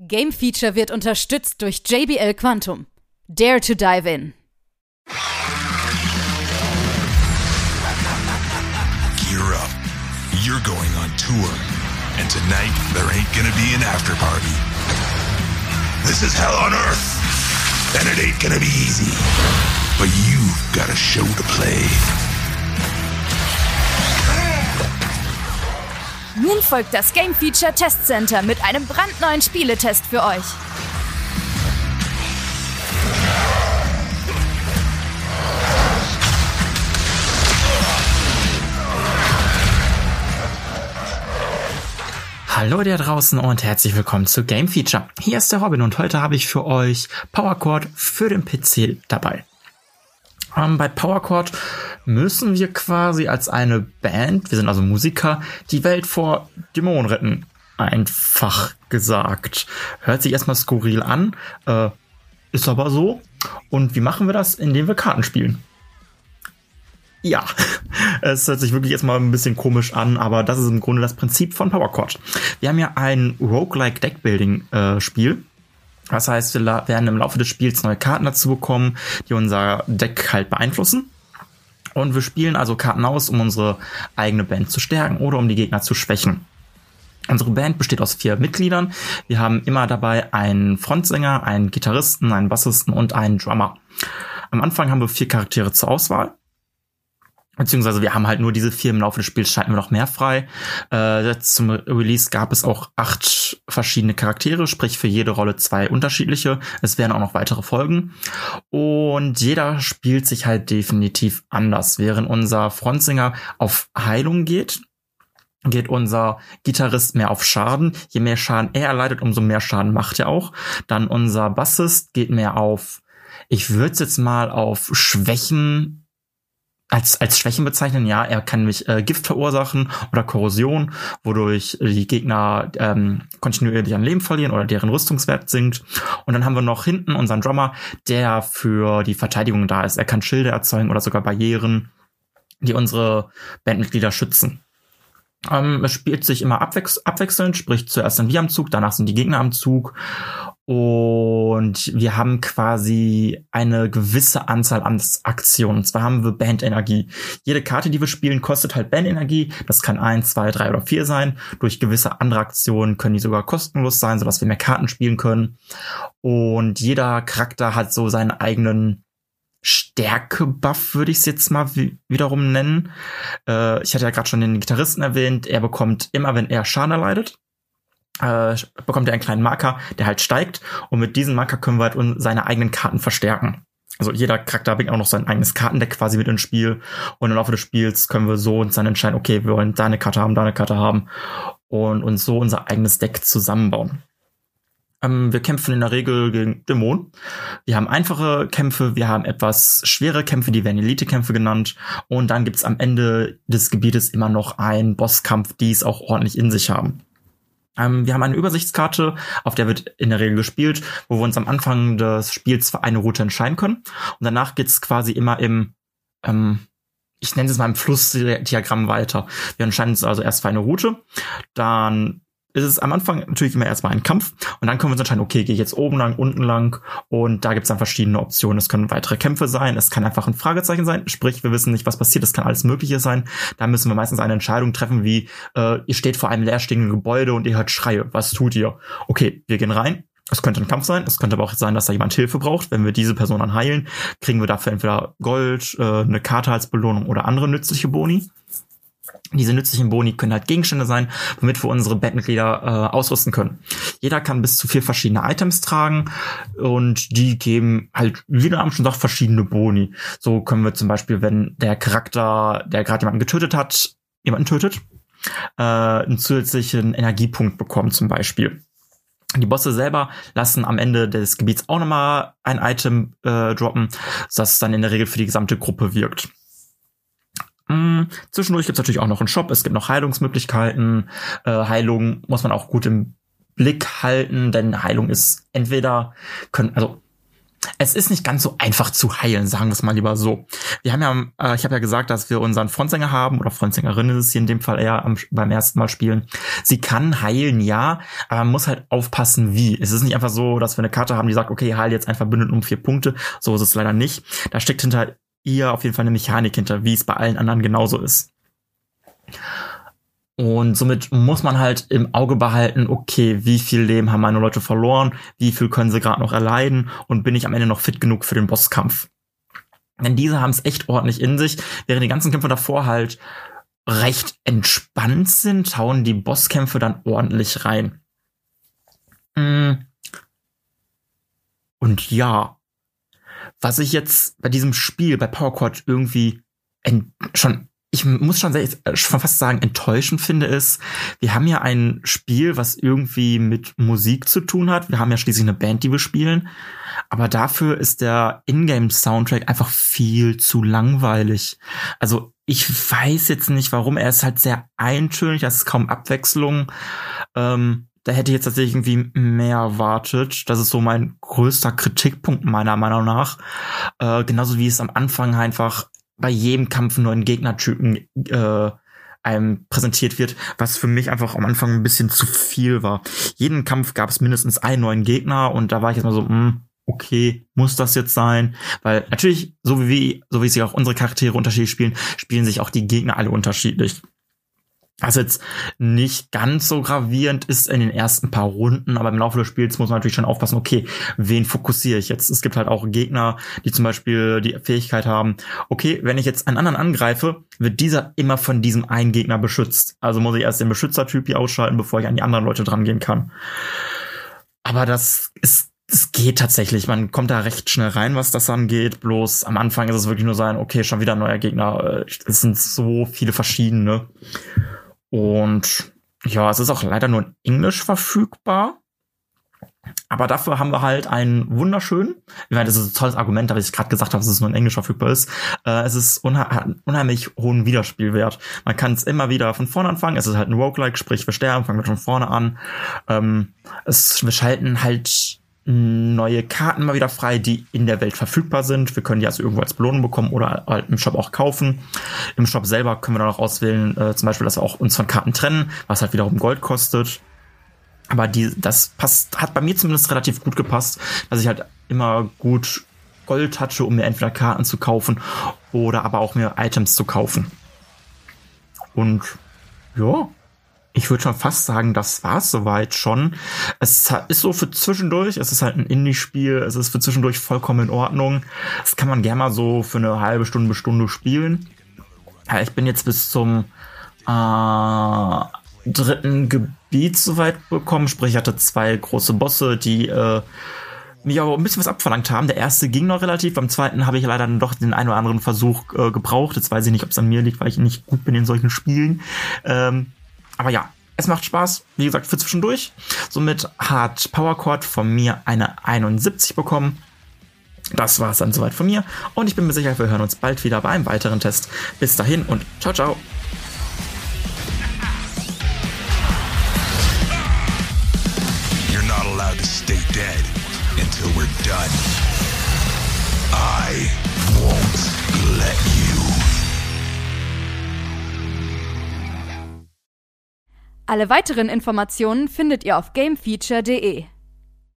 Game Feature wird unterstützt durch JBL Quantum. Dare to dive in. Gear up. You're going on tour. And tonight, there ain't gonna be an after party. This is hell on earth. And it ain't gonna be easy. But you've got a show to play. Nun folgt das Game Feature Test Center mit einem brandneuen Spieletest für euch. Hallo da draußen und herzlich willkommen zu Game Feature. Hier ist der Robin und heute habe ich für euch Power Chord für den PC dabei. Bei Power Chord müssen wir quasi als eine Band, wir sind also Musiker, die Welt vor Dämonen retten. Einfach gesagt. Hört sich erstmal skurril an, ist aber so. Und wie machen wir das? Indem wir Karten spielen. Ja, es hört sich wirklich erstmal ein bisschen komisch an, aber das ist im Grunde das Prinzip von Power Chord. Wir haben ja ein Roguelike Deckbuilding Spiel. Das heißt, wir werden im Laufe des Spiels neue Karten dazu bekommen, die unser Deck halt beeinflussen. Und wir spielen also Karten aus, um unsere eigene Band zu stärken oder um die Gegner zu schwächen. Unsere Band besteht aus 4 Mitgliedern. Wir haben immer dabei einen Frontsänger, einen Gitarristen, einen Bassisten und einen Drummer. Am Anfang haben wir 4 Charaktere zur Auswahl. Beziehungsweise wir haben halt nur diese 4, im Laufe des Spiels schalten wir noch mehr frei. Zum Release gab es auch 8 verschiedene Charaktere, sprich für jede Rolle 2 unterschiedliche. Es werden auch noch weitere folgen. Und jeder spielt sich halt definitiv anders. Während unser Frontsänger auf Heilung geht unser Gitarrist mehr auf Schaden. Je mehr Schaden er erleidet, umso mehr Schaden macht er auch. Dann unser Bassist geht mehr auf, ich würde es jetzt mal auf Schwächen als Schwächen bezeichnen. Ja, er kann nämlich Gift verursachen oder Korrosion, wodurch die Gegner kontinuierlich an Leben verlieren oder deren Rüstungswert sinkt. Und dann haben wir noch hinten unseren Drummer, der für die Verteidigung da ist. Er kann Schilde erzeugen oder sogar Barrieren, die unsere Bandmitglieder schützen. Es spielt sich immer abwechselnd, sprich zuerst sind wir am Zug, danach sind die Gegner am Zug. Und wir haben quasi eine gewisse Anzahl an Aktionen. Und zwar haben wir Bandenergie. Jede Karte, die wir spielen, kostet halt Bandenergie. Das kann 1, 2, 3 oder 4 sein. Durch gewisse andere Aktionen können die sogar kostenlos sein, sodass wir mehr Karten spielen können. Und jeder Charakter hat so seinen eigenen Stärke-Buff, würde ich es jetzt mal wiederum nennen. Ich hatte ja gerade schon den Gitarristen erwähnt. Er bekommt immer, wenn er Schaden erleidet, bekommt er einen kleinen Marker, der halt steigt. Und mit diesem Marker können wir halt seine eigenen Karten verstärken. Also jeder Charakter bringt auch noch sein eigenes Kartendeck quasi mit ins Spiel. Und im Laufe des Spiels können wir so uns dann entscheiden, okay, wir wollen da eine Karte haben und uns so unser eigenes Deck zusammenbauen. Wir kämpfen in der Regel gegen Dämonen. Wir haben einfache Kämpfe, wir haben etwas schwere Kämpfe, die werden Elite-Kämpfe genannt. Und dann gibt's am Ende des Gebietes immer noch einen Bosskampf, die es auch ordentlich in sich haben. Wir haben eine Übersichtskarte, auf der wird in der Regel gespielt, wo wir uns am Anfang des Spiels für eine Route entscheiden können. Und danach geht's quasi immer im, ich nenne es mal im Flussdiagramm weiter. Wir entscheiden uns also erst für eine Route, dann ist es am Anfang natürlich immer erstmal ein Kampf und dann können wir uns entscheiden, okay, gehe ich jetzt oben lang, unten lang und da gibt's dann verschiedene Optionen. Es können weitere Kämpfe sein, es kann einfach ein Fragezeichen sein, sprich, wir wissen nicht, was passiert, es kann alles Mögliche sein. Da müssen wir meistens eine Entscheidung treffen, wie ihr steht vor einem leerstehenden Gebäude und ihr hört Schreie. Was tut ihr? Okay, wir gehen rein. Es könnte ein Kampf sein, es könnte aber auch sein, dass da jemand Hilfe braucht. Wenn wir diese Person dann heilen, kriegen wir dafür entweder Gold, eine Karte als Belohnung oder andere nützliche Boni. Diese nützlichen Boni können halt Gegenstände sein, womit wir unsere Bandmitglieder ausrüsten können. Jeder kann bis zu 4 verschiedene Items tragen und die geben halt, wie der Name schon sagt, verschiedene Boni. So können wir zum Beispiel, wenn der Charakter, der gerade jemanden tötet, einen zusätzlichen Energiepunkt bekommen zum Beispiel. Die Bosse selber lassen am Ende des Gebiets auch nochmal ein Item droppen, das dann in der Regel für die gesamte Gruppe wirkt. Zwischendurch gibt es natürlich auch noch einen Shop, es gibt noch Heilungsmöglichkeiten. Heilung muss man auch gut im Blick halten, denn Heilung ist entweder es ist nicht ganz so einfach zu heilen, sagen wir es mal lieber so. Wir haben ja, ich habe ja gesagt, dass wir unseren Frontsänger haben, oder Frontsängerin ist es hier in dem Fall eher beim ersten Mal spielen. Sie kann heilen, ja, aber man muss halt aufpassen, wie. Es ist nicht einfach so, dass wir eine Karte haben, die sagt, okay, heil jetzt einen Verbündeten um 4 Punkte. So ist es leider nicht. Da steckt hinter ihr auf jeden Fall eine Mechanik hinter, wie es bei allen anderen genauso ist. Und somit muss man halt im Auge behalten, okay, wie viel Leben haben meine Leute verloren, wie viel können sie gerade noch erleiden und bin ich am Ende noch fit genug für den Bosskampf. Denn diese haben es echt ordentlich in sich, während die ganzen Kämpfe davor halt recht entspannt sind, hauen die Bosskämpfe dann ordentlich rein. Und ja, was ich jetzt bei diesem Spiel, bei Power Chord irgendwie ich muss schon fast sagen, enttäuschend finde, ist, wir haben ja ein Spiel, was irgendwie mit Musik zu tun hat. Wir haben ja schließlich eine Band, die wir spielen. Aber dafür ist der Ingame-Soundtrack einfach viel zu langweilig. Also ich weiß jetzt nicht, warum. Er ist halt sehr eintönig, das ist kaum Abwechslung. Da hätte ich jetzt tatsächlich irgendwie mehr erwartet. Das ist so mein größter Kritikpunkt meiner Meinung nach. Genauso wie es am Anfang einfach bei jedem Kampf einen neuen Gegnertypen einem präsentiert wird, was für mich einfach am Anfang ein bisschen zu viel war. Jeden Kampf gab es mindestens einen neuen Gegner und da war ich jetzt mal so, okay, muss das jetzt sein? Weil natürlich, so wie sich auch unsere Charaktere unterschiedlich spielen sich auch die Gegner alle unterschiedlich. Was jetzt nicht ganz so gravierend ist in den ersten paar Runden, aber im Laufe des Spiels muss man natürlich schon aufpassen, okay, wen fokussiere ich jetzt? Es gibt halt auch Gegner, die zum Beispiel die Fähigkeit haben, okay, wenn ich jetzt einen anderen angreife, wird dieser immer von diesem einen Gegner beschützt. Also muss ich erst den Beschützertyp hier ausschalten, bevor ich an die anderen Leute dran gehen kann. Aber es geht tatsächlich, man kommt da recht schnell rein, was das angeht, bloß am Anfang ist es wirklich nur sein, okay, schon wieder ein neuer Gegner, es sind so viele verschiedene. Und ja, es ist auch leider nur in Englisch verfügbar. Aber dafür haben wir halt einen wunderschönen, ich meine, das ist ein tolles Argument, aber ich gerade gesagt habe, dass es nur in Englisch verfügbar ist. Es ist unheimlich hohen Wiederspielwert. Man kann es immer wieder von vorne anfangen. Es ist halt ein Roguelike, sprich wir sterben, fangen wir von vorne an. Wir schalten halt neue Karten mal wieder frei, die in der Welt verfügbar sind. Wir können die also irgendwo als Belohnung bekommen oder halt im Shop auch kaufen. Im Shop selber können wir dann auch auswählen, zum Beispiel, dass wir auch uns von Karten trennen, was halt wiederum Gold kostet. Aber hat bei mir zumindest relativ gut gepasst, dass ich halt immer gut Gold hatte, um mir entweder Karten zu kaufen oder aber auch mir Items zu kaufen. Und ja, ich würde schon fast sagen, das war's soweit schon. Es ist so für zwischendurch, es ist halt ein Indie-Spiel, es ist für zwischendurch vollkommen in Ordnung. Das kann man gerne mal so für eine halbe Stunde spielen. Ja, ich bin jetzt bis zum 3. Gebiet soweit bekommen, sprich ich hatte 2 große Bosse, die mich aber ein bisschen was abverlangt haben. Der erste ging noch relativ, beim zweiten habe ich leider dann doch den einen oder anderen Versuch gebraucht. Jetzt weiß ich nicht, ob es an mir liegt, weil ich nicht gut bin in solchen Spielen. Aber ja, es macht Spaß, wie gesagt, für zwischendurch. Somit hat Power Chord von mir eine 71 bekommen. Das war's dann soweit von mir. Und ich bin mir sicher, wir hören uns bald wieder bei einem weiteren Test. Bis dahin und ciao, ciao. You're not allowed to stay dead until we're done. I won't let you. Alle weiteren Informationen findet ihr auf gamefeature.de.